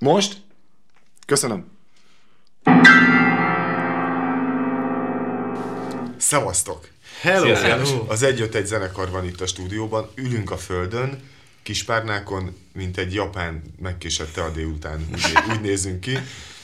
Most? Köszönöm. Szevasztok! Hello! Az 1-5-1 zenekar van itt a stúdióban, ülünk a földön, kis párnákon, mint egy japán megkésett a délután, úgy nézünk ki.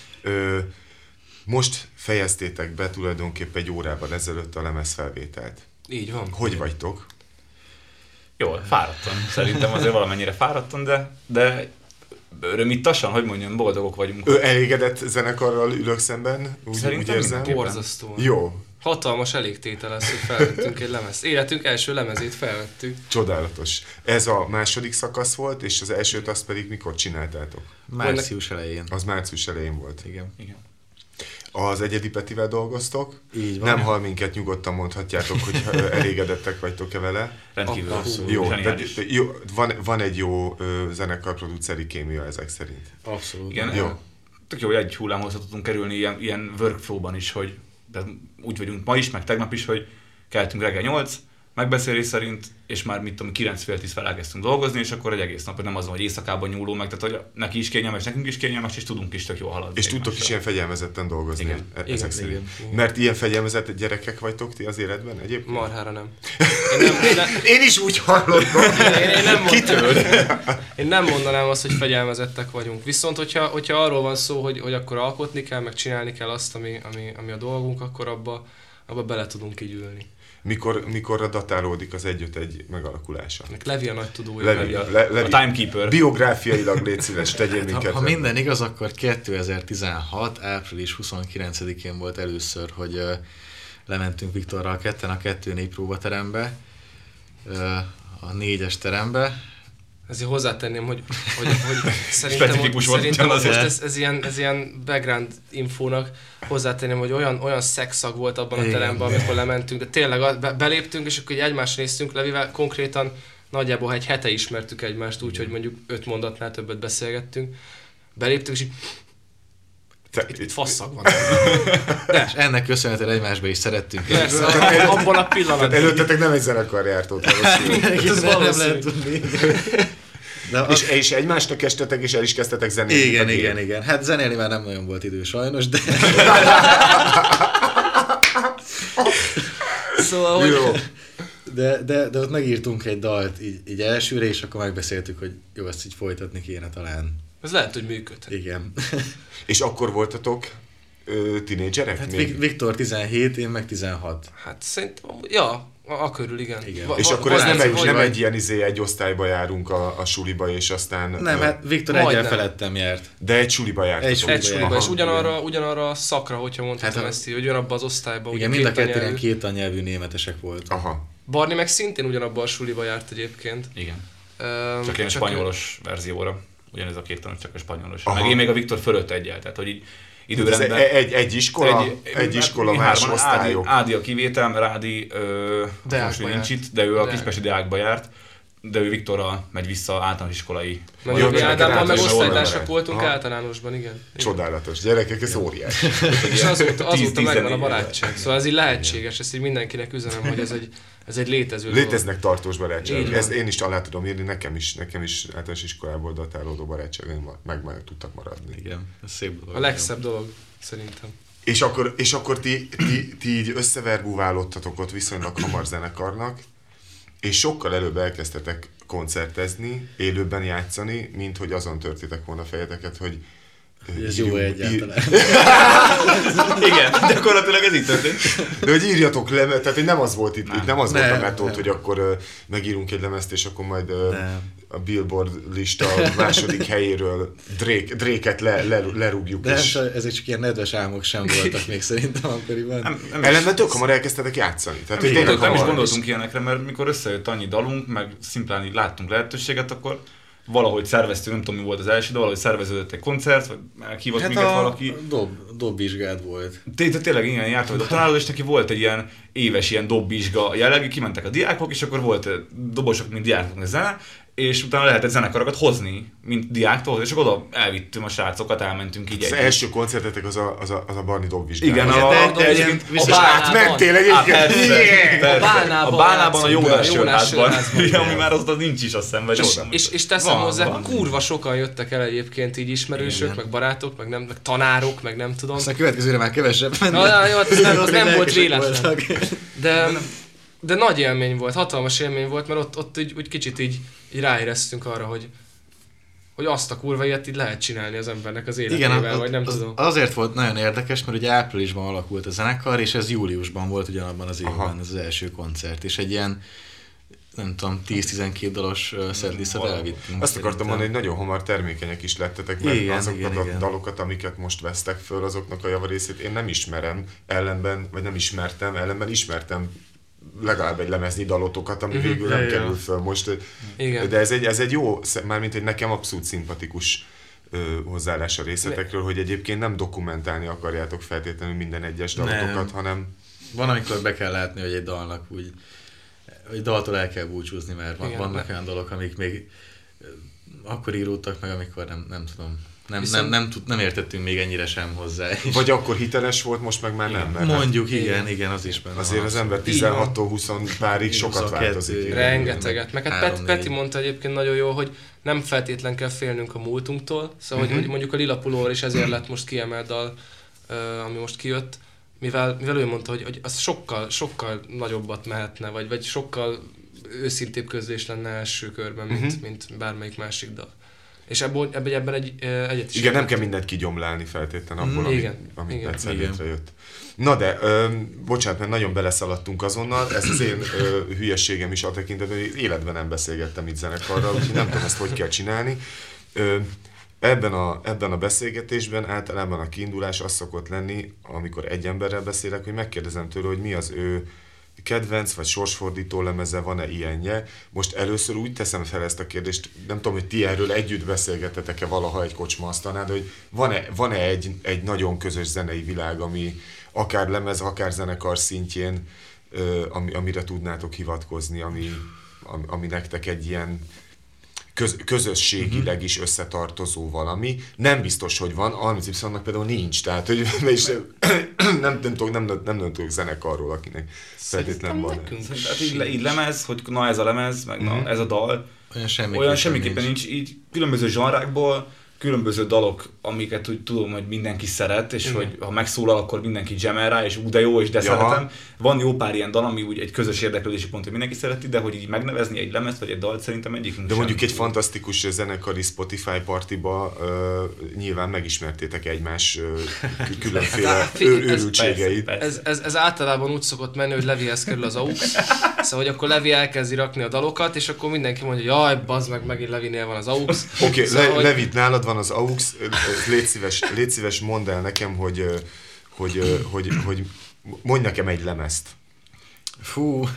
Most fejeztétek be tulajdonképpen egy órával ezelőtt a lemezfelvételt. Így van. Hogy vagytok? Jól, fáradtan. Szerintem azért valamennyire fáradtan, de örömittasan, hogy mondjam, boldogok vagyunk. Elégedett zenekarral ülök szemben, úgy érzem. Borzasztóan. Jó. Hatalmas elégtétel lesz, hogy felvettünk egy lemezt. Életünk első lemezét felvettük. Csodálatos. Ez a második szakasz volt, és az elsőt azt pedig mikor csináltátok? Március elején. Az március elején volt. Igen. Az Egyedi Petivel dolgoztok. Így van. Nem hall minket, nyugodtan mondhatjátok, hogy elégedettek vagytok-e vele. Rendkívül Abszolút. Jó, jó. van egy jó zenekar-produceri kémia ezek szerint. Abszolút. Igen, Jó. tök jó, hogy egy hullámhoz tudtunk kerülni ilyen workflow-ban is, hogy de úgy vagyunk ma is, meg tegnap is, hogy keltünk reggel 8, megbeszélés szerint, és már mit tudom, 9-10 fel elkezdtünk dolgozni, és akkor egy egész nap, hogy nem azon, hogy éjszakában nyúló meg, tehát hogy neki is kényelmes, nekünk is kényelmes, és tudunk is tök jól haladni. És tudtok is ilyen fegyelmezetten dolgozni. Igen. Ezek szerint. Igen. Mert ilyen fegyelmezett gyerekek vagytok ti az életben egyébként? Marhára nem. Én is úgy hallottam. Én nem mondanám azt, hogy fegyelmezettek vagyunk. Viszont, hogyha arról van szó, hogy akkor alkotni kell, meg csinálni kell azt, ami a dolgunk, akkor abba bele tudunk így ülni. Mikorra datálódik az 1-5-1 megalakulása? Levi a nagy tudója. Levi. A timekeeper. Biográfiailag légy szíves, tegyél minket. Ha minden igaz, akkor 2016. április 29-én volt először, hogy lementünk Viktorral ketten a 2-4 próbaterembe, a 4-es terembe. Ezért hozzátenném, hogy Specifikus volt szerintem ugyanaz. most ez ilyen background infónak hozzátenném, hogy olyan szexszag volt abban a teremben, amikor lementünk, de tényleg beléptünk, és akkor így egymásra néztünk Levivel, konkrétan nagyjából egy hete ismertük egymást, úgyhogy mondjuk 5 mondatnál többet beszélgettünk. Beléptünk, és így itt fasszag van. És ennek köszönhetően egymásba is szerettünk. Persze, abban a pillanatban. Előttetek nem egy zenekar járt ott valószínűleg. Nem lehet tudni. És egymásnak estetek, és el is kezdtetek zenélni. Igen. Hát zenélni már nem nagyon volt idő sajnos, de... Szóval, hogy... Jó. De ott megírtunk egy dalt így elsőre, és akkor megbeszéltük, hogy jó, ezt így folytatni kéne talán. Ez lehet, hogy működhet. Igen. És akkor voltatok tinédzserek? Hát Viktor 17, én meg 16. Hát szerintem, ja, a körül, igen. És akkor ez nem egy ilyen egy osztályba járunk a suliba, és aztán... Nem, hát Viktor majdnem. egyen felettem járt. De egy suliba jártatok. Egy suliba, és Aha. ugyanarra a szakra, hogyha mondhatom Hát, ezt így, hogy ugyanabba az osztályba. Igen, mind a ketten két tannyelvű németesek volt. Aha. Barni meg szintén ugyanabba a suliba járt egyébként. Igen. Csak ilyen spanyolos verzióra. Ugyanez a két tanul, csak a spanyolos. Aha. Meg én még a Viktor fölött egyel, tehát hogy így időrendben... Egy iskola, más osztályok. Ádi a kivétel, mert Ádi most járt. nincs itt, de ő a Kispesti Deákba járt, de ő Viktorral megy vissza általános iskolai. Meg Jó, mi Ádámmal meg általános osztálytársak órára. voltunk Aha. általánosban, igen. Csodálatos. Gyerekek, ez óriási. És azóta 10-14 megvan a barátság. Szóval ez így lehetséges, ezt így mindenkinek üzenem, hogy ez egy létező dolog. Léteznek tartós barátságok. Így van. Ezt én is alá tudom írni, nekem is általános iskolából datálódó barátságaim meg tudtak maradni. Igen, ez szép dolog. A legszebb dolog, szerintem. És akkor ti így összeverbúválódtatok ott viszonylag hamar zenekarnak, és sokkal előbb elkezdtetek koncertezni, élőben játszani, mint hogy azon törtétek volna fejeteket, hogy Ez jó egyáltalán. Igen, gyakorlatilag ez így történt. De hogy írjatok le, tehát hogy nem az volt itt nem az volt a Nem, metód, nem. hogy akkor megírunk egy lemezt, és akkor majd a Billboard lista második helyéről Drake-et lerúgjuk. De És... ezek csak ilyen nedves álmok sem voltak még szerintem akkoriban. Ellenben tök hamar elkezdtetek játszani. Tehát, hogy Nem tényleg is hamar gondoltunk ilyenekre, mert mikor összejött annyi dalunk, meg szimplán így láttunk lehetőséget, akkor valahogy szerveztünk, nem tudom mi volt az első, de valahogy szerveződött egy koncert, vagy meghívott minket valaki. Dobvizsgád volt. Tényleg igen, járt vagy doktoráló, és neki volt egy ilyen éves ilyen dobbizsga jellegű, kimentek a diákok, és akkor volt dobosok, mint diákok a zene, és utána lehetett zenekarokat hozni, mint diáktól, és akkor oda elvittünk a srácokat, elmentünk így Az együtt. első koncertetek az a Barni dobvizsgálat. Igen, és átmentél egyébként. A Bálnában a Jónás Jónás sörházban, ami már az nincs is, azt hiszem, vagy oda. És teszem Van, hozzá, van. kurva sokan jöttek el egyébként így ismerősök, Igen. meg barátok, meg tanárok, meg nem tudom. Aztán a következőre már kevesebb. Jó, az nem volt véletlen. Voltak. De nagy élmény volt, hatalmas élmény volt, mert ott úgy kicsit így ráéreztünk arra, hogy azt a kurva ilyet így lehet csinálni az embernek az életével, Igen, vagy nem tudom. azért volt nagyon érdekes, mert ugye áprilisban alakult a zenekar, és ez júliusban volt ugyanabban az évben ez az első koncert, és egy ilyen, nem tudom, 10-12 dalos setlistet elvittünk. Azt akartam mondani, hogy nagyon hamar termékenyek is lettetek, mert Igen, azokat igen, a igen. dalokat, amiket most vesztek föl, azoknak a javarészét én nem ismerem, ellenben ismertem legalább egy lemeznyi dalotokat, ami végül nem kerül föl most. Igen. De ez egy jó, mármint hogy nekem abszolút szimpatikus hozzáállás a részletekről, hogy egyébként nem dokumentálni akarjátok feltétlenül minden egyes dalotokat, hanem... Van, amikor be kell látni, hogy egy dalnak úgy, egy daltól el kell búcsúzni, mert Igen, vannak olyan dalok, amik még akkor íródtak meg, amikor nem tudom. Nem értettünk még ennyire sem hozzá. Vagy akkor hiteles volt, most meg már nem. Mert Mondjuk, igen, az is benne azért van. az ember 16-tól 20 párig sokat 22, változik. Rengeteget. Meg hát 3-4. Peti mondta egyébként nagyon jó, hogy nem feltétlen kell félnünk a múltunktól, szóval hogy mondjuk a Lila Pulóver is ezért lett most kiemelt dal, ami most kijött, mivel ő mondta, hogy az sokkal nagyobbat mehetne, vagy sokkal őszintébb közlés lenne első körben, mint bármelyik másik dal. És ebben egyet is. Igen, nem kell mindent kigyomlálni feltétlenül abból, amit egyszer létrejött. Na de, bocsánat, mert nagyon beleszaladtunk azonnal, ez az én hülyességem is a tekintetben, hogy életben nem beszélgettem itt zenekarral, úgyhogy nem tudom ezt hogy kell csinálni. Ebben a beszélgetésben általában a kiindulás az szokott lenni, amikor egy emberrel beszélek, hogy megkérdezem tőle, hogy mi az ő kedvenc vagy sorsfordító lemeze, van-e ilyenje. Most először úgy teszem fel ezt a kérdést, nem tudom, hogy ti erről együtt beszélgettetek-e valaha egy kocsma asztalnál, de hogy van-e egy nagyon közös zenei világ, ami akár lemez, akár zenekar szintjén, amire tudnátok hivatkozni, ami nektek egy ilyen közösségileg is összetartozó valami. Nem biztos, hogy van, Almicipszonnak például nincs, tehát hogy nem tudok zenekarról, akinek feltétlenül van. Tehát így lemez, hogy na ez a lemez, meg na ez a dal, olyan semmiképpen nincs. Így különböző zsanrákból, különböző dalok, amiket úgy tudom, hogy mindenki szeret, és hogy ha megszólal, akkor mindenki jamel rá, és de jó, és de szeretem. Van jó pár ilyen dal, ami úgy egy közös érdeklődési pont, hogy mindenki szereti, de hogy így megnevezni egy lemezt vagy egy dalt szerintem egyikünk. De mondjuk egy fantasztikus zenekari Spotify partiba nyilván megismertétek egymás különféle őrültségeit. Ez általában úgy szokott menni, hogy Levihez kerül az AUX, szóval hogy akkor Levi elkezdi rakni a dalokat, és akkor mindenki mondja, jaj, bazd meg, megint Levinél van az AUX. Oké, Szóval, Levit, nálad van az AUX, légy szíves, mondd el nekem, hogy mondj nekem egy lemezt. Fú,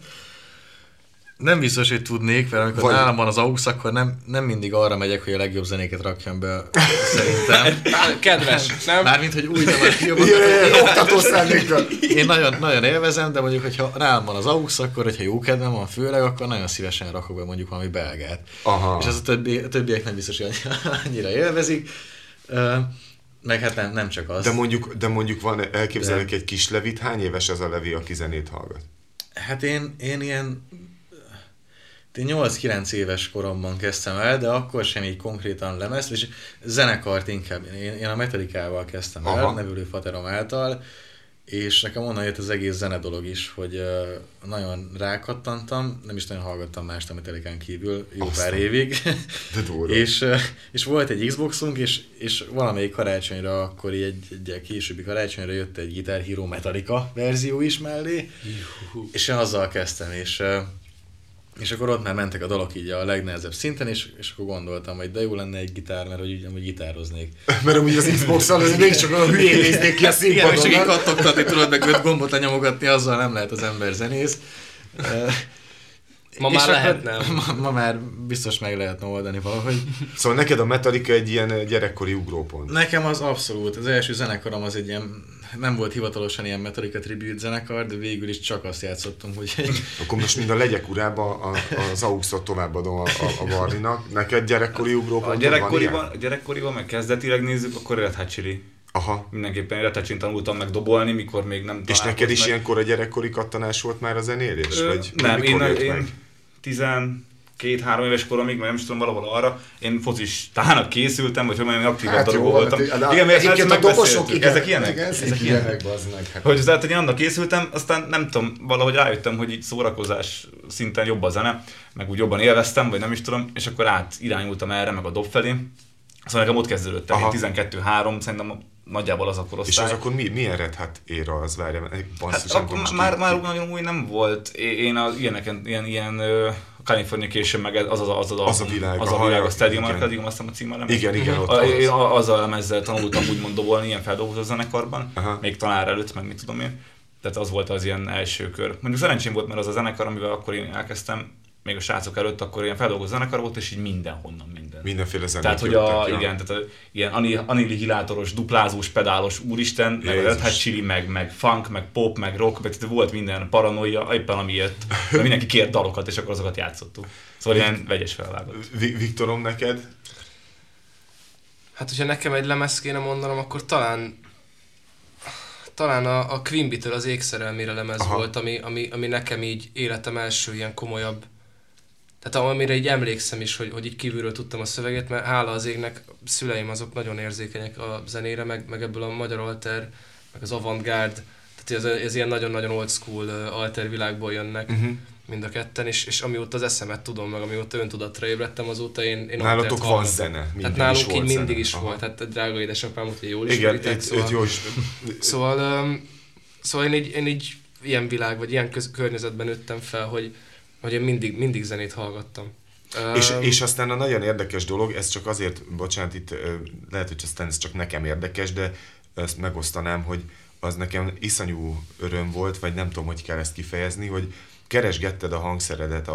nem biztos, hogy tudnék, mert amikor nálam van az AUX, akkor nem mindig arra megyek, hogy a legjobb zenéket rakjam be, szerintem. Kedves, nem? Mármint, hogy új dalat Oktatószándékkal. Én nagyon élvezem, de mondjuk, hogyha nálam van az AUX, akkor, hogyha jó kedvem van főleg, akkor nagyon szívesen rakok be mondjuk valami belgát. Aha. És az a többiek nem biztos, hogy annyira élvezik. Meg hát nem csak az. De mondjuk van, elképzelek egy kis Levit, hány éves az a Levi, aki zenét hallgat? Hát én ilyen 8-9 éves koromban kezdtem el, de akkor sem így konkrétan lemezt, és zenekart inkább. Én a Metallicával kezdtem el, nevülő faterom által, és nekem onnan jött az egész zene dolog is, hogy nagyon rákattantam, nem is nagyon hallgattam mást a Metallicán kívül jó pár évig. és volt egy Xboxunk, és valamelyik karácsonyra, akkor egy későbbi karácsonyra jött egy Guitar Hero Metallica verzió is mellé, és én azzal kezdtem, és akkor ott már mentek a dalok így a legnehezebb szinten, és akkor gondoltam, hogy de jó lenne egy gitár, mert hogy amúgy gitároznék. Mert amúgy az Xbox-al ez még csak olyan hülyén néznék ki a színpadon. Igen, és csak így kattogtatni tudod, meg 5 gombot lenyomogatni, azzal nem lehet az ember zenész. Ma már lehetne. Ma már biztos meg lehetne oldani valahogy. Szóval neked a Metallica egy ilyen gyerekkori ugrópont. Nekem az abszolút. Az első zenekarom az egy ilyen, nem volt hivatalosan ilyen Metallica tribute zenekar, de végül is csak azt játszottunk, hogy... Akkor most mind a legyek urába az AUX-ot továbbadom a Barninak. Neked gyerekkori ugrópont A gyerekkoriban, meg kezdetileg nézzük, akkor Red Hot Chili. Aha. Mindenképpen Red Hot Chilin tanultam meg dobolni, mikor még nem És neked is ilyenkor a gyerekkori kattanás volt már a zenélés? Vagy nem, én 12-3 éves koromig, vagy nem is tudom, valahol arra, én focistának készültem, vagy hogy mondjam, aktívabb darabban voltam. Igen, mert ezt megbeszéltük. Ezek ilyenek? Ezek ilyenek, bazd meg. Hogy tehát, hogy annak készültem, aztán nem tudom, valahogy rájöttem, hogy így szórakozás szinten jobb a zene, meg úgy jobban élveztem, vagy nem is tudom, és akkor átirányultam erre, meg a dob felé. Szóval nekem ott kezdődött el, 12-3, szerintem nagyjából az a korosztály. És az akkor milyen Red Hat éra az, várja? Hát akkor már nagyon új nem volt. Én ilyen Californication, meg az a világ, a Stadium Arcadium, azt hiszem a címmel nem. Igen, én azzal a lemezzel tanultam úgymond dobolni ilyen feldolgozó zenekarban, még tanár előtt, meg mit tudom én. Tehát az volt az ilyen első kör. Mondjuk szerencsém volt, mert az a zenekar, amivel akkor én elkezdtem, még a srácok előtt, akkor ilyen feldolgozó zenekar volt, és így mindenhonnan minden. Mindenféle zenét. Tehát, hogy igen, tehát ilyen annihilátoros, duplázós, pedálos úristen, meg a Red Hot Chili, meg funk, meg pop, meg rock, meg volt minden paranoia, éppen ami jött. Mindenki kért dalokat, és akkor azokat játszottuk. Szóval ilyen vegyes felvágott. Viktorom, neked? Hát, hogyha nekem egy lemez kéne mondanom, akkor talán a Quimby-től az Égszerelmére lemez volt, ami nekem így életem első ilyen komolyabb. Tehát amire így emlékszem is, hogy így kívülről tudtam a szöveget, mert hála az égnek, szüleim azok nagyon érzékenyek a zenére, meg ebből a magyar alter, meg az avantgárd, tehát ez ilyen nagyon-nagyon old school alter világból jönnek mind a ketten, és amióta az eszemet tudom, meg amióta öntudatra ébredtem, azóta én nálatok van zene, tehát nálunk így mindig is volt, hát drága édesapám, úgyhogy jól ismeritek, szóval én így ilyen világ, vagy ilyen környezetben nőttem fel, hogy én mindig zenét hallgattam. És aztán a nagyon érdekes dolog, ez csak azért, bocsánat, itt lehet, hogy aztán ez csak nekem érdekes, de ezt megosztanám, hogy az nekem iszonyú öröm volt, vagy nem tudom, hogy kell ezt kifejezni, hogy keresgetted a hangszeredet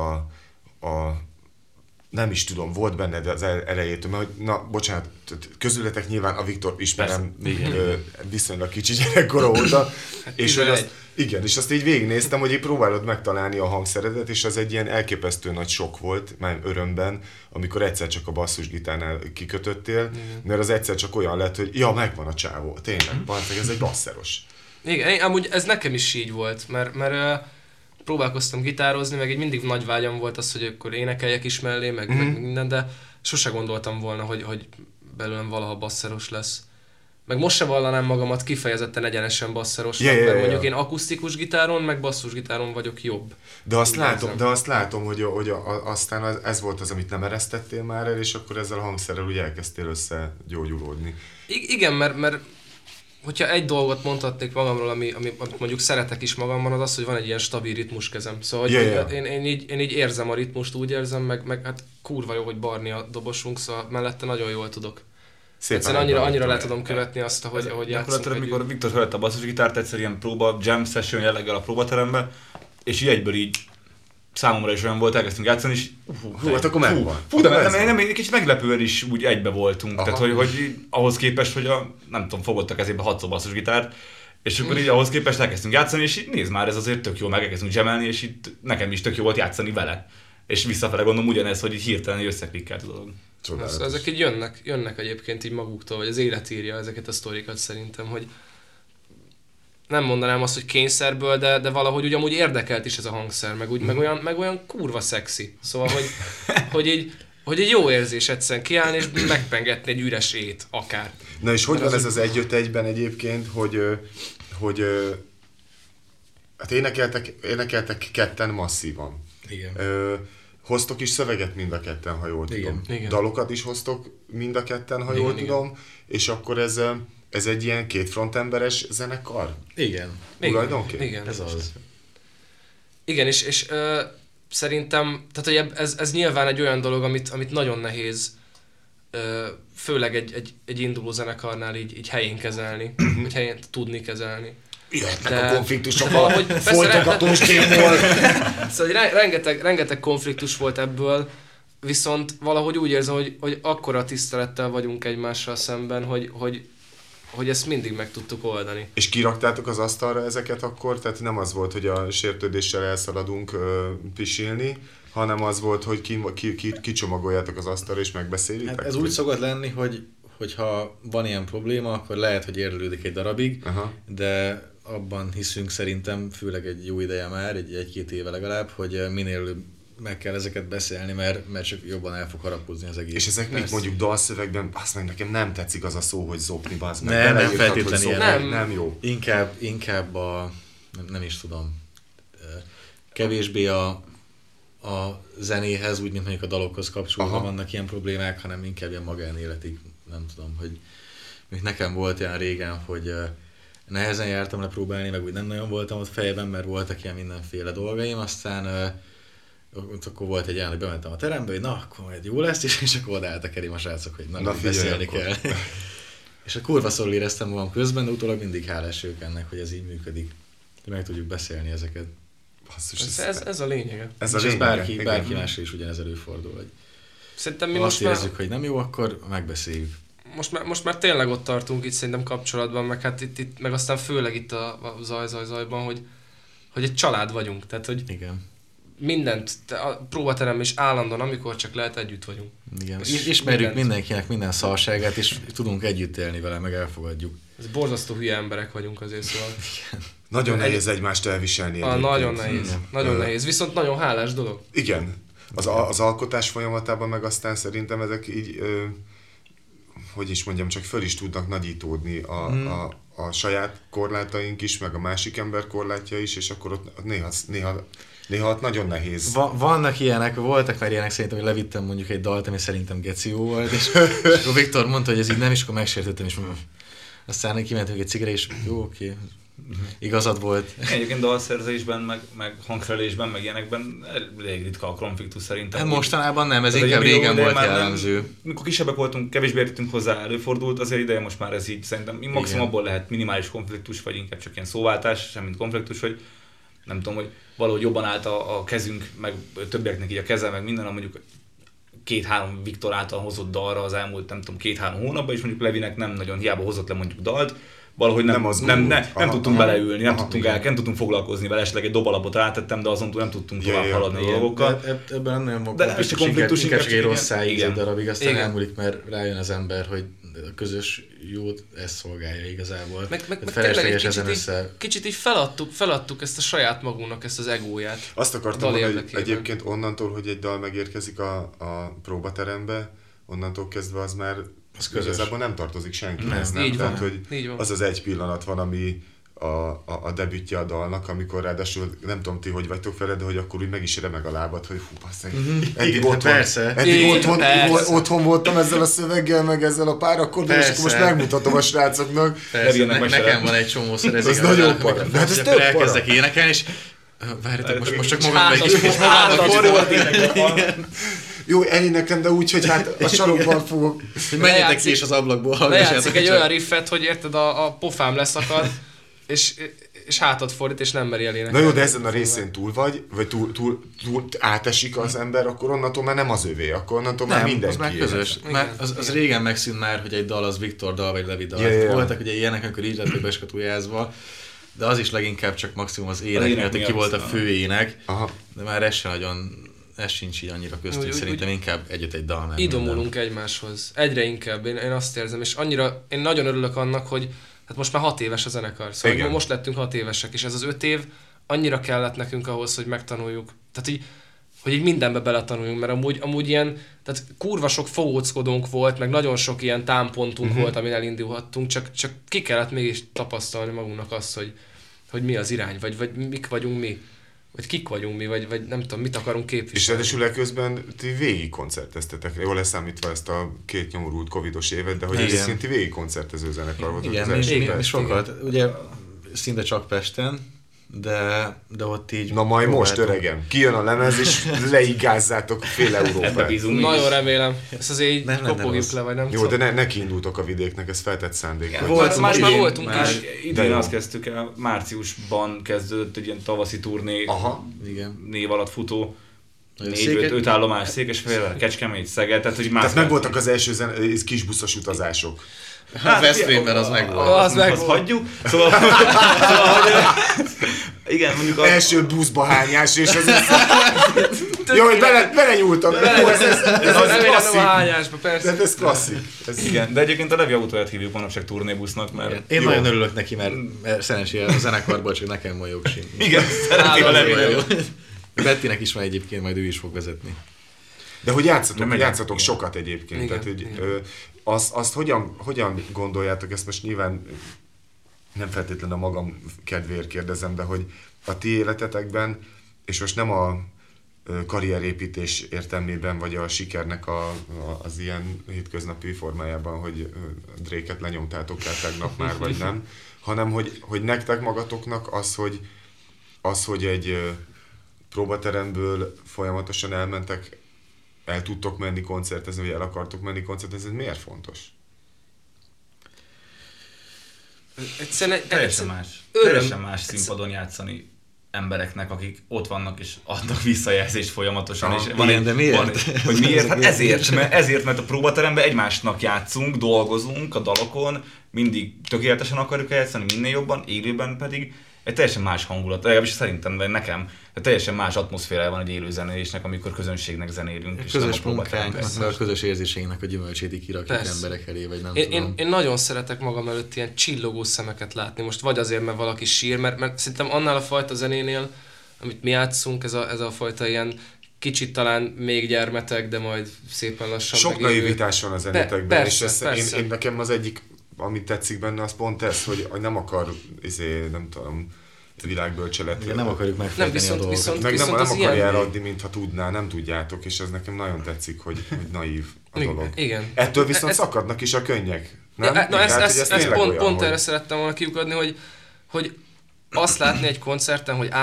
nem is tudom, volt benned az elejétől, mert na, bocsánat, közületek nyilván a Viktor ismerem viszonylag kicsi gyerekkora óta, és hogy azt, igen, és azt így végignéztem, hogy így próbálod megtalálni a hangszeredet, és az egy ilyen elképesztő nagy sok volt, már örömben, amikor egyszer csak a basszusgitárnál kikötöttél, mert az egyszer csak olyan lett, hogy ja, megvan a csávó, tényleg, ez egy basszeros. Igen, amúgy ez nekem is így volt, mert próbálkoztam gitározni, meg így mindig nagy vágyam volt az, hogy akkor énekeljek is mellé, meg minden, de sose gondoltam volna, hogy belőlem valaha basszeros lesz. Meg most se vallanám magamat kifejezetten egyenesen basszerosnak, mert mondjuk én akusztikus gitáron, meg basszusgitáron vagyok jobb. De azt látom, hogy aztán ez volt az, amit nem eresztettél már el, és akkor ezzel a hangszerrel úgy elkezdtél összegyógyulódni. Igen, mert hogyha egy dolgot mondhatnék magamról, amit mondjuk szeretek is magamban, az az, hogy van egy ilyen stabil ritmuskezem. Szóval én így érzem a ritmust, úgy érzem, meg hát kurva jó, hogy Barni a dobosunk, szóval mellette nagyon jól tudok. Egyszerűen annyira le tudom követni azt, ahogy játszunk. Amikor Viktor hallott a basszusgitárt, egyszer ilyen próba, jam session jelleggel a próbaterembe, és így egyből így számomra is olyan volt, elkezdtünk játszani, és hát akkor megvan. Nem, egy kicsit meglepően is úgy egybe voltunk, tehát hogy ahhoz képest, hogy nem tudom, fogott a kezébe 6 basszusgitárt, és akkor így ahhoz képest elkezdtünk játszani, és így nézd már, ez azért tök jó, meg elkezdtünk jamelni, és itt nekem is tök jó volt játszani vele. És visszafele gondolom ugyanez, hogy így hirtelen összeklikkelt a dolog. Ezek így jönnek egyébként így maguktól, vagy az élet írja ezeket a sztorikat szerintem, hogy nem mondanám azt, hogy kényszerből, de valahogy ugyanúgy érdekelt is ez a hangszer, meg olyan kurva szexi. Szóval, hogy egy jó érzés egyszerűen kiállni és megpengetni egy üres ét, akár. Na és hogy van ez az 1-5-1-ben egyébként, hogy hát énekeltek ketten masszívan. Igen. Hoztok is szöveget mind a ketten, ha jól tudom. Igen. Dalokat is hoztok mind a ketten, ha jól tudom. És akkor ez egy ilyen két frontemberes zenekar? Igen. Tulajdonképpen? Igen. Ez az. Igen, és szerintem, tehát hogy ez nyilván egy olyan dolog, amit nagyon nehéz, főleg egy induló zenekarnál így helyén kezelni, vagy helyén tudni kezelni. jöhetnek a konfliktusok a folytogatós témból. Szóval rengeteg konfliktus volt ebből, viszont valahogy úgy érzem, hogy akkora tisztelettel vagyunk egymással szemben, hogy ezt mindig meg tudtuk oldani. És kiraktátok az asztalra ezeket akkor? Tehát nem az volt, hogy a sértődéssel elszaladunk pisilni, hanem az volt, hogy kicsomagoljátok az asztalra és megbeszélitek? Hát ez úgy szokott lenni, hogyha van ilyen probléma, akkor lehet, hogy érlelődik egy darabig, de abban hiszünk szerintem, főleg egy jó ideje már, egy-két éve legalább, hogy minél előbb meg kell ezeket beszélni, mert csak jobban el fog harapózni az egész. És ezek még mondjuk dalszövegben, azt meg nekem nem tetszik az a szó, hogy zokni, bazd meg. Nem feltétlenül ilyen. Nem jó. Inkább nem is tudom, kevésbé a zenéhez, úgy, mint mondjuk a dalokhoz kapcsolódva vannak ilyen problémák, hanem inkább ilyen magánéletig, nem tudom, hogy nekem volt ilyen régen, hogy nehezen jártam lepróbálni, meg úgy nem nagyon voltam ott fejben, mert voltak ilyen mindenféle dolgaim, aztán akkor volt egy olyan, hogy bementem a terembe, hogy na, akkor majd jó lesz, és akkor odaálltak elém a srácok, hogy na beszélni kell. És a kurva szorul éreztem magam közben, de utólag mindig hálás ők ennek, hogy ez így működik. Hogy meg tudjuk beszélni ezeket. Basszus, ez a lényege. Ez bárki másra is ugyanez előfordul, hogy szerintem mi azt érezzük, hogy nem jó, akkor megbeszéljük. Most már tényleg ott tartunk itt szerintem kapcsolatban, meg hát itt meg aztán főleg itt a zajban, hogy egy család vagyunk. Tehát, hogy igen. Mindent, a próbaterem is állandóan, amikor csak lehet, együtt vagyunk. Igen. Ismerjük mindenkinek minden szarságát, és tudunk együtt élni vele, meg elfogadjuk. Ez borzasztó hülye emberek vagyunk azért, szóval. Nagyon nehéz egymást elviselni. Nagyon nehéz. Nagyon nehéz, viszont nagyon hálás dolog. Igen. Az alkotás folyamatában meg aztán szerintem ezek így, hogy is mondjam, csak föl is tudnak nagyítódni a saját korlátaink is, meg a másik ember korlátja is, és akkor ott néha ott nagyon nehéz. Vannak ilyenek, voltak már ilyenek szerintem, hogy levittem mondjuk egy dalt, ami szerintem geció volt, és akkor Viktor mondta, hogy ez így nem, és akkor megsértettem, és aztán kimentünk egy cigre, és jó, oké. Igazad volt. Egyébként dalszerzésben, meg hangfelelésben, meg ilyenekben elég ritka a konfliktus szerintem. Hát mostanában nem, ez inkább régen volt jellemző. Mikor kisebbek voltunk, kevésbé értettünk hozzá, előfordult, azért ideje most már ez így szerintem. Maximum abból lehet minimális konfliktus, vagy inkább csak ilyen szóváltás, semmint konfliktus, hogy nem tudom, hogy valahogy jobban állt a kezünk, meg többieknek így a keze, meg minden, mondjuk 2-3 Viktor által hozott dalra az elmúlt, nem tudom, 2-3 hónapban, és mondjuk Levinek nem nagyon hiába hozott le mondjuk dalt, valahogy nem tudtunk beleülni, nem tudtunk foglalkozni vele, esetleg egy dobalapot rátettem, de azon túl nem tudtunk tovább haladni a dolgokkal. Ebben nem nagyon konfliktus, inkább egy rossz szájíz egy darabig, aztán elmúlik, mert rájön az ember, hogy a közös jót ezt szolgálja igazából. Meg felesleges ezen kicsit így feladtuk ezt a saját magunknak, ezt az egóját. Azt akartam mondani, hogy egyébként onnantól, hogy egy dal megérkezik a próbaterembe, onnantól kezdve az már igazából nem tartozik senkihez, nem? Tehát, hogy az az egy pillanat van, ami a debütje a dalnak, amikor ráadásul, nem tudom ti, hogy vagytok vele, de hogy akkor úgy meg is remeg a lábad, hogy hú, basszeg, eddig otthon voltam ezzel a szöveggel, meg ezzel a párakkordon, és akkor most megmutatom a srácoknak. Nekem van egy csomószor ez igaz. Nagyon para. De hát ez tök para. Elkezdek énekelni, és várjátok, most csak magamban Jó, eléneklem, de úgy, hogy hát a sarokban fogok. Menjetek ki és az ablakból lejátszik egy olyan riffet, hogy érted, a pofám leszakad, és hátad fordít, és nem meri elénekelni. Na jó, de ezen a részén túl túl átesik az ember, akkor onnantól már nem az övé, akkor onnantól már mindenki. Az már közös. Az régen megszűnt már, hogy egy dal az Viktor dal, vagy Levi dal. Voltak ugye ilyenek, amikor így lettek beskatujázva, de az is leginkább csak maximum az ének miatt, ki volt a fő ének, de már ez sincs így annyira köztünk, szerintem inkább egy dal. Idomulunk egymáshoz, egyre inkább, én azt érzem, és annyira, én nagyon örülök annak, hogy hát most már 6 éves a zenekar, szóval most lettünk 6 évesek, és ez az 5 év annyira kellett nekünk ahhoz, hogy megtanuljuk, tehát így, hogy így mindenbe beletanuljunk, mert amúgy ilyen, tehát kurva sok fogóckodónk volt, meg nagyon sok ilyen támpontunk volt, amin elindulhattunk, csak ki kellett mégis tapasztalni magunknak azt, hogy mi az irány, vagy mik vagyunk mi. Vagy kik vagyunk mi, vagy nem tudom, mit akarunk képviselni. És ráadásul eközben ti végig koncerteztetek, jól leszámítva ezt a 2 nyomorult covidos évet, de hogy egyébként ti végig koncertező zenekar voltok. Igen, mi sokat. Ugye szinte csak Pesten, de ott így... Na majd most öregem, kijön a lemez és leigázzátok fél Ebbe Európát. bízunk. Nagyon remélem. Ezt azért így Nem lenne kopogjuk rossz. le, vagy nem Jó, de ne kiindultok a vidéknek, ez feltett szándék. Volt, Már voltunk is. Idén jó. azt kezdtük el, márciusban kezdődött egy ilyen tavaszi turné, Aha. Igen. név alatt futó, Széke- 4-5 állomás, Székesfehérvár, Kecskemét, Szeged, tehát hogy már... Tehát megvoltak az első kisbuszos utazások. Hát Veszprémben az megvolt. Az meg azt volt. hagyjuk. Szóval hogy, igen, mondjuk a... Első buszba hányás, és az jó, hogy belenyúltam. Jó, ez Remélem nem a klasszik. hányásba, persze. De ez klasszik. Ez Igen, de egyébként a Levi autóját hívjuk manapság turnébusznak, mert... Én Jó. nagyon örülök neki, mert szerencsére a zenekarból csak nekem van jogsim. Igen, szereti a Levi. Jó. Bettinek is van egyébként, majd ő is fog vezetni. De hogy Nem játszatok megyek. sokat egyébként. Igen, Tehát, hogy, igen. azt hogyan gondoljátok, ezt most nyilván nem feltétlenül a magam kedvéért kérdezem, de hogy a ti életetekben, és most nem a karrierépítés értelmében, vagy a sikernek az ilyen hétköznapi formájában, hogy Drake-et lenyomtátok el tegnap már, vagy nem, hanem hogy nektek magatoknak az, hogy egy próbateremből folyamatosan elmentek, el tudtok menni koncertezni, vagy el akartok menni koncertezni, ez miért fontos? Egyszerűen, Teljesen más. Öröm. Teljesen más színpadon játszani embereknek, akik ott vannak és adnak visszajelzést folyamatosan. Ah, És igen, de miért? Hogy miért? Hát ezért, mert a próbateremben egymásnak játszunk, dolgozunk a dalokon, mindig tökéletesen akarjuk játszani, minél jobban, élőben pedig egy teljesen más hangulat, legalábbis szerintem, vagy nekem, teljesen más atmoszférája van egy élő zenélésnek, amikor közönségnek zenélünk. A és nem közös próbateremben. munkánknak, meg a közös érzéseinknek a gyümölcsét így kirakjuk Persze. emberek elé, vagy nem Én tudom. nagyon szeretek magam előtt ilyen csillogó szemeket látni. Most vagy azért, mert valaki sír, mert szerintem annál a fajta zenénél, amit mi játszunk, ez a fajta ilyen kicsit talán még gyermetek, de majd szépen lassan Sok megélő. naivitás van a zenétekben, persze, és persze. én nekem az egyik, amit tetszik benne, az pont ez, hogy nem akar, nem tudom, világbölcselet. Igen, nem akarjuk Nem, megfejteni a dolgokat. viszont Meg nem az akarja ilyen- eladni, mintha tudná, nem tudjátok, és ez nekem nagyon tetszik, hogy naív a dolog. Igen. Ettől viszont Ez- szakadnak is a könnyek, nem? Na, ezt Tehát, hogy ez tényleg pont, olyan, pont hogy- erre szerettem volna kiukadni, hogy azt látni egy koncerten, hogy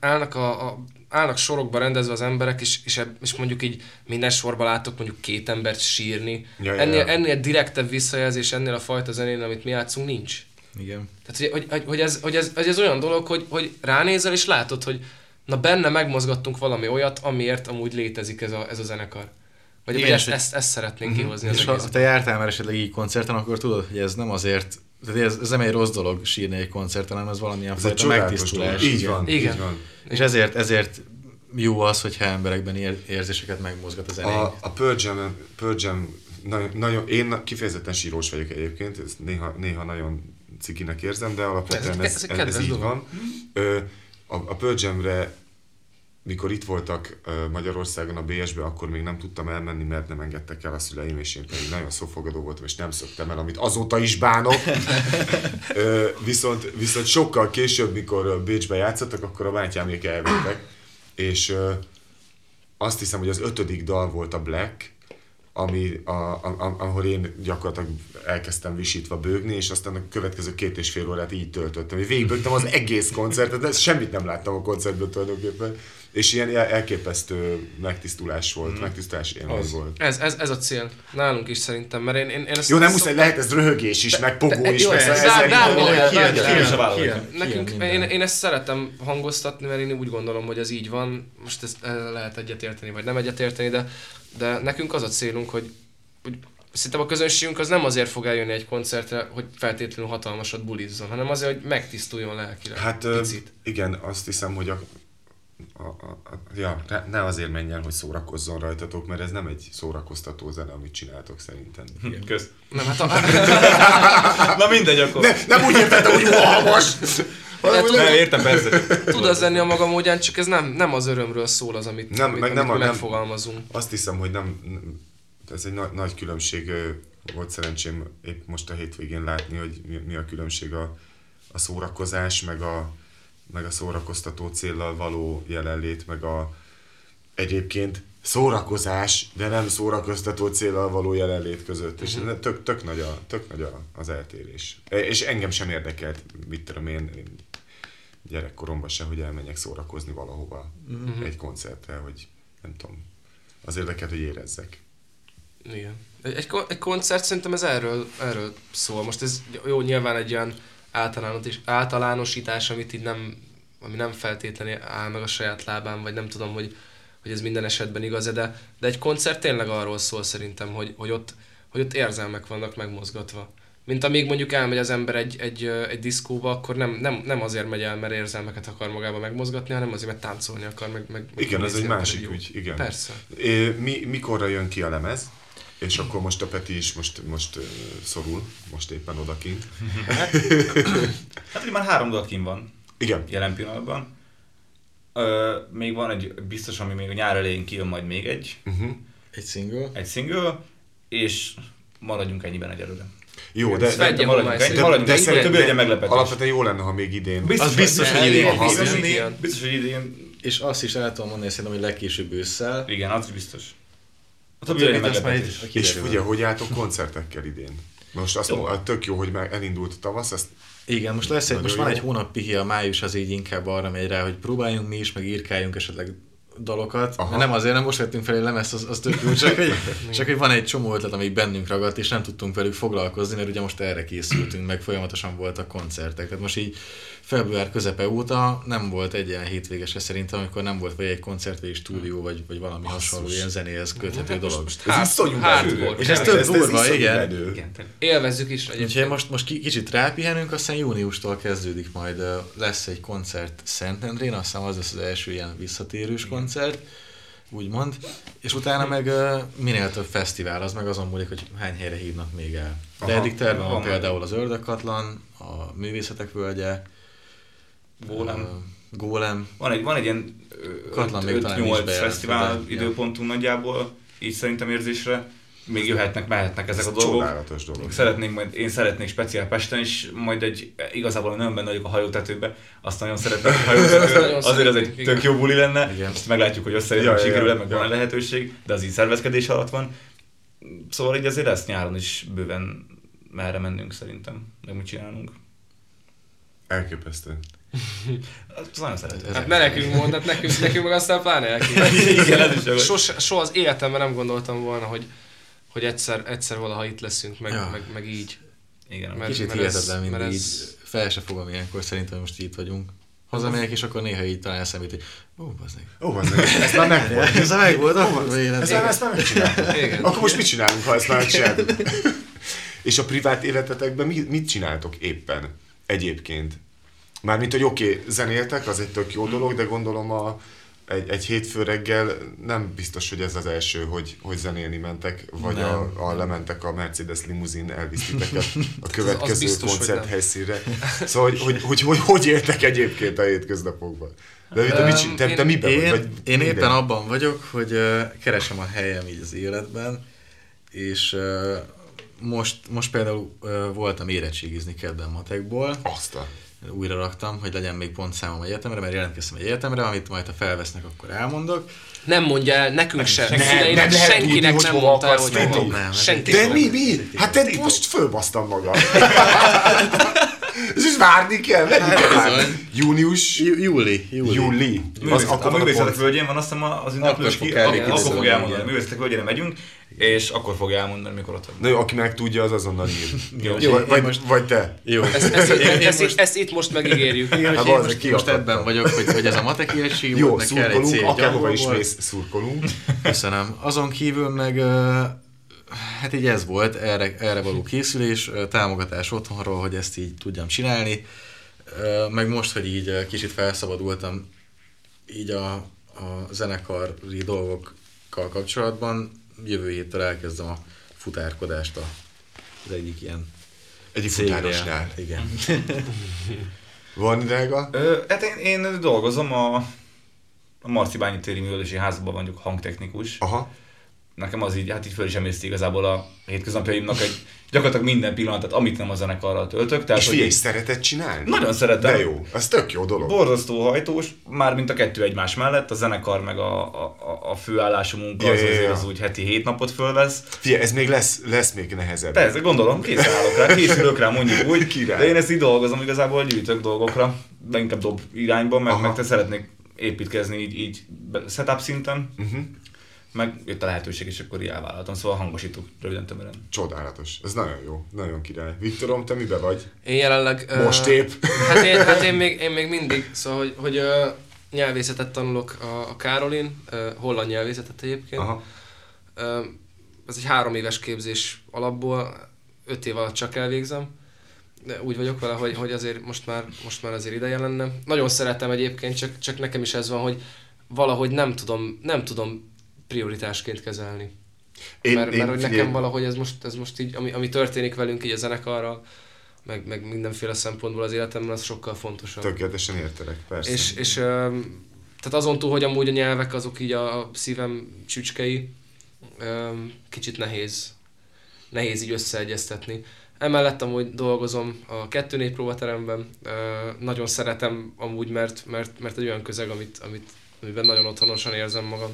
állnak sorokba rendezve az emberek, és mondjuk így minden sorban látok mondjuk 2 embert sírni. Ja. Ennél direktebb visszajelzés, ennél a fajta zenén, amit mi játszunk, nincs. Igen. Tehát, hogy ez olyan dolog, hogy ránézel és látod, hogy na benne megmozgattunk valami olyat, amiért amúgy létezik ez a zenekar. Vagy Igen, ezt, és ezt szeretnénk kihozni az És ha egészből. te jártál már esetleg így koncerten, akkor tudod, hogy ez nem azért, tehát ez nem egy rossz dolog sírni egy koncerten, hanem ez valamilyen Ez egy fajta csodálatos megtisztulás. dolog. Így igen. van, Igen. így van. És ezért jó az, hogyha emberekben érzéseket megmozgat a zenénk. A Pearl Jam nagyon, én kifejezetten sírós vagyok egyébként, ezt néha nagyon cikinek érzem, de alapvetően Ez egy ez kedves így dolog. van. A Pearl Jamre, mikor itt voltak Magyarországon a BS-be, akkor még nem tudtam elmenni, mert nem engedtek el a szüleim, és én pedig nagyon szófogadó voltam, és nem szöktem el, amit azóta is bánok. Viszont sokkal később, mikor Bécsbe játszottak, akkor a bátyámék elvettek, és azt hiszem, hogy az 5. dal volt a Black, ahol én gyakorlatilag elkezdtem visítva bőgni, és aztán a következő 2,5 órát így töltöttem. Végigbőgtem az egész koncertet, de semmit nem láttam a koncertből tulajdonképpen. És ilyen elképesztő megtisztulás volt, megtisztulás élmény volt. Ez a cél. Nálunk is szerintem, mert én ezt Jó, nem muszáj, lehet ez röhögés is, meg pogó is, jó, meg ez ezzel bármi így- lehet, bármi Ki is a lehet. vállalat. Nekünk, én ezt szeretem hangoztatni, mert én úgy gondolom, hogy ez így van. Most ezt lehet egyetérteni, vagy nem egyetérteni, de nekünk az a célunk, hogy szerintem a közönségünk az nem azért fog eljönni egy koncertre, hogy feltétlenül hatalmasat bulizzon, hanem azért, hogy megtisztuljon lelkileg. Hát picit. igen, azt hiszem, hogy ne azért menj el, hogy szórakozzon rajtatok, mert ez nem egy szórakoztató zene, amit csináltok szerintem. Igen, kösz. Nem, hát Na mindegy akkor. Nem úgy értettem, hogy most! Nem, értem, persze. tud az lenni a maga módján, csak ez nem az örömről szól az, amit mi megfogalmazunk. Azt hiszem, hogy ez egy nagy különbség. Volt szerencsém épp most a hétvégén látni, hogy mi a különbség a szórakozás, meg a szórakoztató céllal való jelenlét, meg egyébként szórakozás, de nem szórakoztató céllal való jelenlét között. És tök nagy az eltérés. És engem sem érdekelt, mit tudom én gyerekkoromban se, hogy elmenjek szórakozni valahova egy koncertre, hogy nem tudom, az érdeket, hogy érezzek. Igen. Egy koncert szerintem ez erről szól. Most ez jó, nyilván egy olyan általánosítás, amit így ami nem feltétlenül áll meg a saját lábán, vagy nem tudom, hogy ez minden esetben igaz, de egy koncert tényleg arról szól szerintem, hogy ott érzelmek vannak megmozgatva. Mint amíg mondjuk elmegy az ember egy diszkóba, akkor nem azért megy el, mert érzelmeket akar magába megmozgatni, hanem azért, mert táncolni akar, meg igen, ez egy másik ügy, igen. Persze. Mikorra jön ki a lemez? És akkor most a Peti is most szorul, most éppen odakint. Hát ugye már 3 dal kint van. Igen. Jelen pillanatban. Még van egy biztos, ami még a nyár elején kijön majd még egy. Egy single, és maradjunk ennyiben egyelőre. Jó, de szerintem legyen meglepetés. Alapvetően jó lenne, ha még idén. Biztos, hogy idén. Biztos, hogy idén. És azt is el tudom mondani, szerintem, hogy legkésőbb ősszel. Igen, az is biztos. A többi legyen meglepetés. És ugye, hogy álltok koncertekkel idén? Most azt mondom, tök jó, hogy már elindult a tavasz, ezt igen, most van egy hónap pihi, a május az így inkább arra megy rá, hogy próbáljunk mi is, meg írkáljunk esetleg dalokat. Nem azért, nem most vettünk fel egy lemezt, az tök jó, csak hogy van egy csomó ötlet, ami bennünk ragadt, és nem tudtunk velük foglalkozni, mert ugye most erre készültünk, meg folyamatosan voltak koncertek. Tehát most így február közepe óta nem volt egy ilyen hétvégese szerintem, amikor nem volt vagy egy koncert, vagy egy stúdió, vagy valami hasonló ilyen zenéhez köthető dolog. Ez iszonyú hardcore. És ez tök durva, igen. Élvezzük is egyébként. Úgyhogy most kicsit rápihenünk, aztán júniustól kezdődik majd, lesz egy koncert Szentendrén, azt hiszem az lesz az első ilyen visszatérős koncert, úgymond, és utána meg minél több fesztivál, az meg azon múlik, hogy hány helyre hívnak még el. De eddig terve van például az Ördögkatlan, a Művészetek Völgye, Gólem. Van egy ilyen 5-8 fesztivál időpontunk nagyjából, így szerintem érzésre. Még jöhetnek, mehetnek ezek a dolgok. Csodálatos dolog. Én szeretnék speciál Pesten is, majd igazából nagyon benne vagyok a hajótetőbe, azt nagyon szeretnék a hajótetőbe, azért az egy tök jó buli lenne, ezt meglátjuk, hogy összejön, sikerül-e, meg van lehetőség, de az így szervezkedés alatt van. Szóval így azért lesz nyáron is bőven merre mennünk szerintem, meg mit csinálunk. Elképesztő. Azt nagyon szeretem. Hát ne nekünk mond, hát nekünk meg aztán pláne elképesztő. Igen, soha az életemben nem gondoltam volna, hogy egyszer valaha itt leszünk, meg így. Igen, kicsit hihetetlen mindig így. Fel se fogom ilyenkor szerintem, hogy most itt vagyunk. Hazamegyek, és akkor néha így talán eszembe jut, hogy bazdmeg, ez már megvolt. Ez már megvolt, ezt már megcsináltuk. Akkor most mit csinálunk, ha ezt már megcsináltuk? És a privát életetekben mit csináltok éppen egyébként? Mármint, hogy oké, zenéltek, az egy tök jó dolog, de gondolom egy hétfő reggel nem biztos, hogy ez az első, hogy zenélni mentek, vagy lementek a Mercedes limuzin, elvisztiteket a következő koncerthelyszínre. Szóval, hogy éltek egyébként a hétköznapokban? De te miben vagy? Én éppen abban vagyok, hogy keresem a helyem így az életben, és most például voltam érettségizni kedden matekból. Újra raktam, hogy legyen még pontszámom egyetemre, mert jelentkeztem egy egyetemre, amit majd ha felvesznek, akkor elmondok. Nem mondja el, nekünk sem. Senkinek nem mondta el, hogy hova. De mi? Hát te most fölbasztam magam. Ez is várni kell, Június? Júli. A Művészetek Völgyén van, azt hiszem az ünneplős akkor fog elmondani. A Művészetek Völgyére megyünk, és akkor fog elmondani, mikor ott van. Na jó, aki meg tudja, az azonnal ír. Vagy te. Jó. Ezt itt most megígérjük. Most ebben vagyok, hogy ez a matek érettség volt, meg kell egy cél. Akárhova is mész, szurkolunk. Köszönöm. Azon kívül meg hát így ez volt, erre való készülés, támogatás otthonról, hogy ezt így tudjam csinálni. Meg most, hogy így kicsit felszabadultam így a zenekari dolgokkal kapcsolatban, jövő héttől elkezdem a futárkodást az egyik ilyen futárosnál. Igen. Van drága? Hát én dolgozom a Marcibányi téri művelődési házban vagyok hangtechnikus. Aha. Nekem az így, hát így föl is emészti igazából a hétköznapjaimnak egy gyakorlatilag minden pillanatát, amit nem a zenekarral töltök. Tehát, és figyelj, szereted csinálni? Nagyon szeretem. De jó, ez tök jó dolog. Borzasztó hajtós, mármint a kettő egymás mellett, a zenekar meg a főállású munka az úgy heti 7 napot fölvesz. Figyelj, ez még lesz még nehezebb. Persze, gondolom, készülök rá, mondjuk úgy, de én ezt így dolgozom, igazából gyűjtök dolgokra. de inkább dob irányba, meg te szeretnék építkezni így setup szinten. Meg jött a lehetőség, és akkor így elvállaltam, szóval hangosítok röviden tömören. Csodálatos. Ez nagyon jó. Nagyon király. Viktorom, te mibe vagy? Én jelenleg... Most épp. Hát én még mindig, szóval, hogy nyelvészetet tanulok a Károlin, holland nyelvészetet egyébként. Aha. Ez egy 3 éves képzés alapból, 5 év alatt csak elvégzem. De úgy vagyok vele, hogy azért most már azért ideje lenne. Nagyon szeretem egyébként, csak nekem is ez van, hogy valahogy nem tudom prioritásként kezelni. Mert hogy nekem valahogy ez most így, ami történik velünk így a zenekarral, meg mindenféle szempontból az életemben, az sokkal fontosabb. Tökéletesen értelek, persze. És tehát azon túl, hogy amúgy a nyelvek azok így a szívem csücskei, kicsit nehéz így összeegyeztetni. Emellett amúgy dolgozom a 2-4 próbateremben, nagyon szeretem amúgy, mert egy olyan közeg, amiben nagyon otthonosan érzem magam.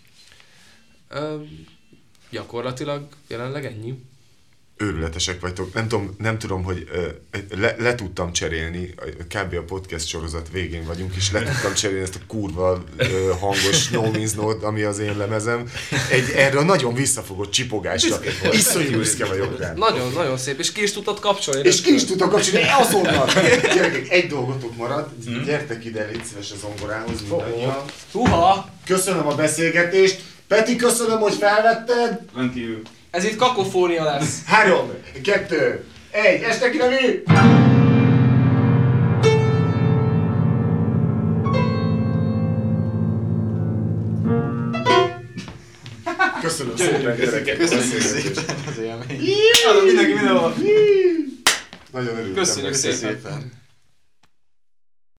Gyakorlatilag jelenleg ennyi. Őrületesek vagytok. Nem tudom, hogy le tudtam cserélni, kb. A podcast sorozat végén vagyunk, és le tudtam cserélni ezt a kurva hangos No Means No-t, ami az én lemezem. Erre a nagyon visszafogott csipogásra. Iszonyú büszke vagyok rá. Nagyon, nagyon szép, és ki is tudtad kapcsolni. És ki is tudtam kapcsolni, azonnal! Gyerekek, egy dolgotok maradt, gyertek ide, légy szíves a zongorához mindannyian. Húha! Köszönöm a beszélgetést. Peti, köszönöm, hogy felvetted. Rendkívül. Ez itt kakofónia lesz. 3, 2, 1, este ki Levi! Köszönöm szépen, gyerekek. Köszönjük szépen az élmény. Mindenki mindenhol. Nagyon örültem. Köszönjük neki. szépen.